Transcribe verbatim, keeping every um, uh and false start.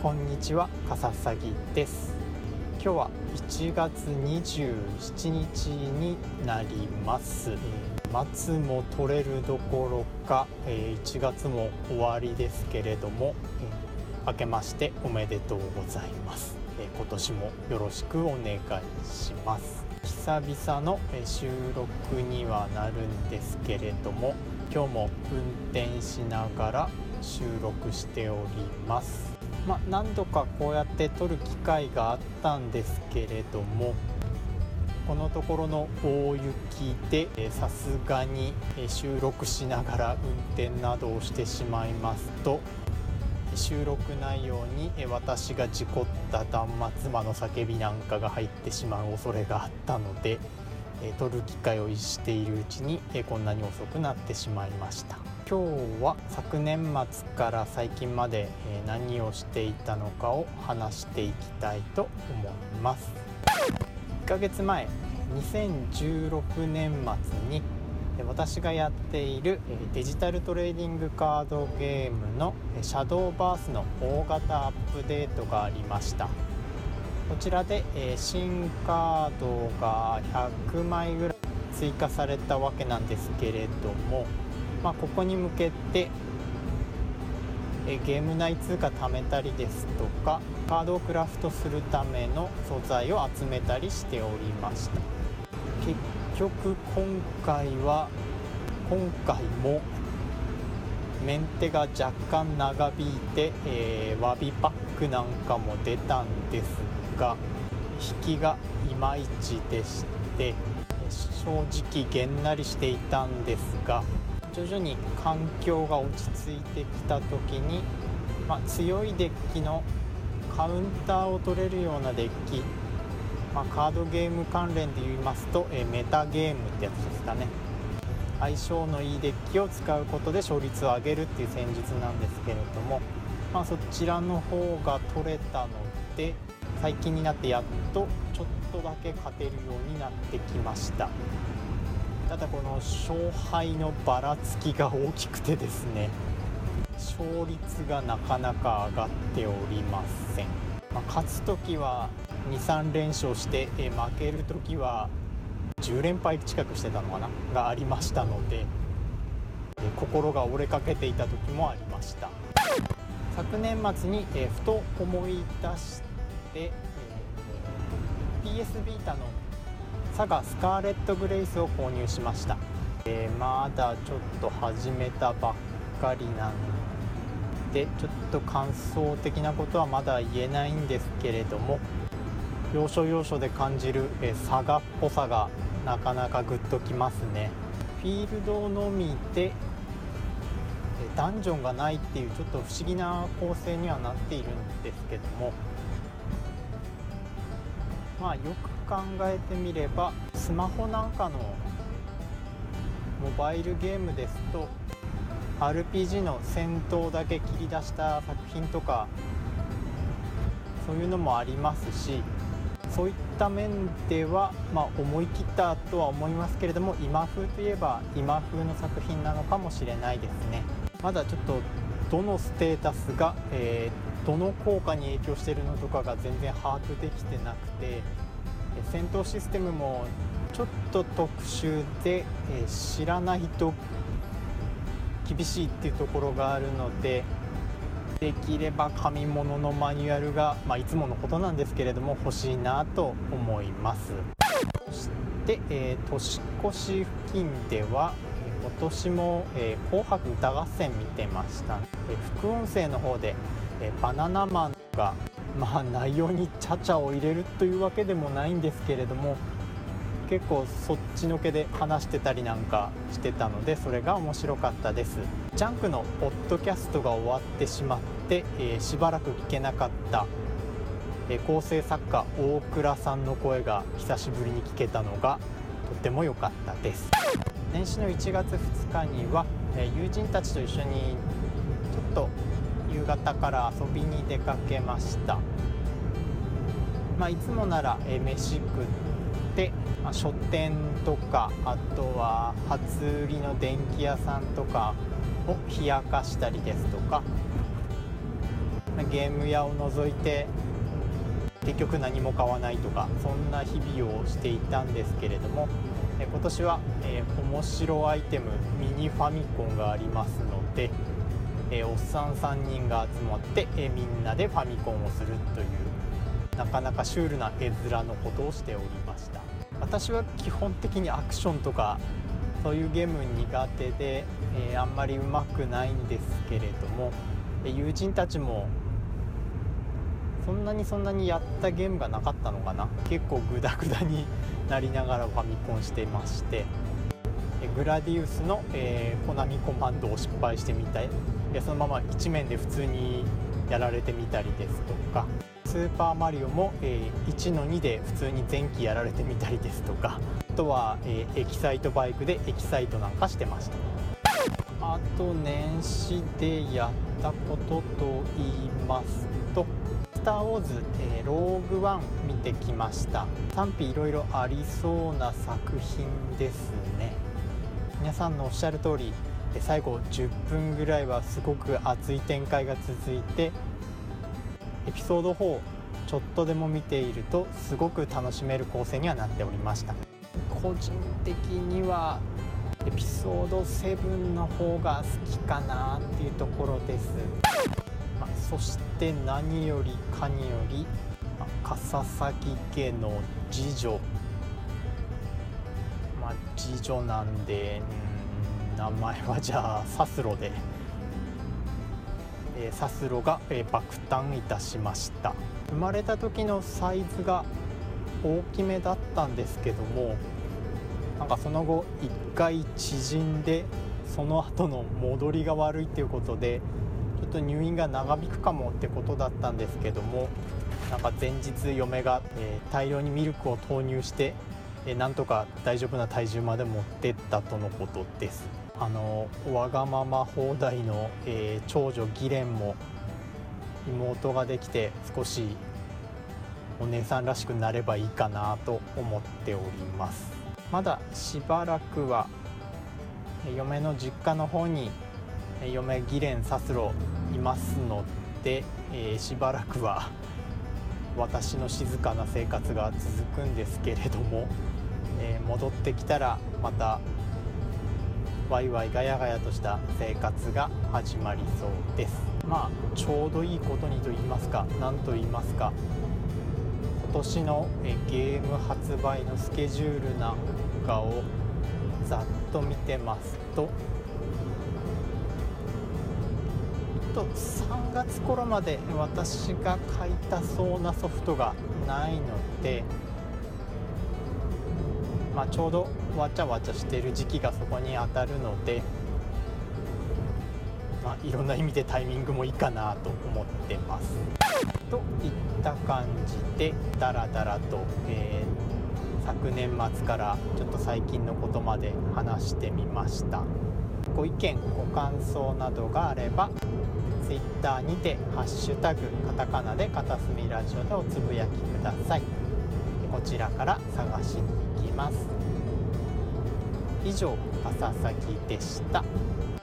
こんにちは、かささぎです。今日はいちがつにじゅうしちにちになります。えー、夏も取れるどころか、えー、いちがつも終わりですけれども、えー、明けましておめでとうございます。えー、今年もよろしくお願いします。久々の収録にはなるんですけれども、今日も運転しながら収録しております。まあ、何度かこうやって撮る機会があったんですけれども、このところの大雪でさすがに収録しながら運転などをしてしまいますと、収録内容に私が事故った断末魔の叫びなんかが入ってしまう恐れがあったので、撮る機会を逸しているうちにこんなに遅くなってしまいました。今日は昨年末から最近まで何をしていたのかを話していきたいと思います。いっかげつまえ、にせんじゅうろくねん末に私がやっているデジタルトレーディングカードゲームのシャドーバースの大型アップデートがありました。こちらで新カードがひゃくまいぐらい追加されたわけなんですけれども、まあ、ここに向けてゲーム内通貨貯めたりですとか、カードをクラフトするための素材を集めたりしておりました。結局今回は今回もメンテが若干長引いて、えー、ワビパックなんかも出たんですが、引きがいまいちでして、正直げんなりしていたんですが、徐々に環境が落ち着いてきた時に、まあ、強いデッキのカウンターを取れるようなデッキ、まあ、カードゲーム関連で言いますと、えメタゲームってやつですかね。相性のいいデッキを使うことで勝率を上げるっていう戦術なんですけれども、まあ、そちらの方が取れたので、最近になってやっとちょっとだけ勝てるようになってきました。ただこの勝敗のばらつきが大きくてですね、勝率がなかなか上がっておりません。まあ、勝つときは にさんれんしょうして、え負けるときはじゅうれんぱい近くしてたのかながありましたので、え心が折れかけていた時もありました。昨年末に、えふと思い出して、えー、ピーエス ビータのサガスカーレットグレイスを購入しました。えー、まだちょっと始めたばっかりなんで、ちょっと感想的なことはまだ言えないんですけれども、要所要所で感じる、えー、サガっぽさがなかなかグッときますね。フィールドのみで、えー、ダンジョンがないっていうちょっと不思議な構成にはなっているんですけども、まあよく考えてみれば、スマホなんかのモバイルゲームですと アールピージー の戦闘だけ切り出した作品とかそういうのもありますし、そういった面では、まあ、思い切ったとは思いますけれども、今風といえば今風の作品なのかもしれないですね。まだちょっとどのステータスが、えー、どの効果に影響しているのとかが全然把握できてなくて、戦闘システムもちょっと特殊で、えー、知らないと厳しいっていうところがあるので、できれば紙物のマニュアルが、まあ、いつものことなんですけれども欲しいなと思います。そして、えー、年越し付近では今年も、えー、紅白歌合戦見てました。えー、副音声の方で、えー、バナナマンが、まあ、内容にちゃちゃを入れるというわけでもないんですけれども、結構そっちのけで話してたりなんかしてたので、それが面白かったです。ジャンクのポッドキャストが終わってしまって、えー、しばらく聞けなかった、えー、構成作家大倉さんの声が久しぶりに聞けたのがとても良かったです。年始のいちがつふつかには、えー、友人たちと一緒にちょっと夕方から遊びに出かけました。まあ、いつもなら、えー、飯食って、まあ、書店とか、あとは初売りの電気屋さんとかを冷やかしたりですとか、 ゲーム屋を除いて結局何も買わないとか、そんな日々をしていたんですけれども、え今年は、えー、面白アイテムミニファミコンがありますので、えー、おっさんさんにんが集まって、えー、みんなでファミコンをするというなかなかシュールな絵面のことをしておりました。私は基本的にアクションとかそういうゲーム苦手で、えー、あんまり上手くないんですけれども、えー、友人たちもそんなにそんなにやったゲームがなかったのかな。結構グダグダになりながらファミコンしていまして、えグラディウスの、えー、コナミコマンドを失敗してみたり、そのまま一面で普通にやられてみたりですとか、スーパーマリオも、えー、いちのにで普通に前期やられてみたりですとか、あとは、えー、エキサイトバイクでエキサイトなんかしてました。あと年始でやったことと言いますと、スターウォーズ、えー、ローグワン見てきました。賛否いろいろありそうな作品ですね。皆さんのおっしゃる通り、最後じゅっぷんぐらいはすごく熱い展開が続いて、エピソードフォーちょっとでも見ているとすごく楽しめる構成にはなっておりました。個人的にはエピソードセブンの方が好きかなっていうところです。まあ、そして何よりかにより、まあ、笠崎家の次女、まあ、次女なんで、うん、名前はじゃあサスロで、えー、サスロが、えー、爆誕いたしました。生まれた時のサイズが大きめだったんですけども、なんかその後いっかい縮んで、その後の戻りが悪いっていうことでちょっと入院が長引くかもってことだったんですけども、なんか前日嫁が、えー、大量にミルクを投入して、えー、なんとか大丈夫な体重まで持ってったとのことです。あのわがまま放題の、えー、長女ギレンも妹ができて少しお姉さんらしくなればいいかなと思っております。まだしばらくは嫁の実家の方に嫁ギレンサスロいますので、えー、しばらくは私の静かな生活が続くんですけれども、えー、戻ってきたらまたワイワイガヤガヤとした生活が始まりそうです。まあちょうどいいことにと言いますか、何と言いますか、今年のゲーム発売のスケジュールなんかをざっと見てますと、とさんがつ頃まで私が買いたそうなソフトがないので、まあ、ちょうどわちゃわちゃしてる時期がそこに当たるので、まあ、いろんな意味でタイミングもいいかなと思ってます。といった感じでダラダラと、えー、昨年末からちょっと最近のことまで話してみました。ご意見ご感想などがあれば Twitter にてハッシュタグカタカナで片隅ラジオでおつぶやきください。こちらから探しに行きます。以上、笠崎でした。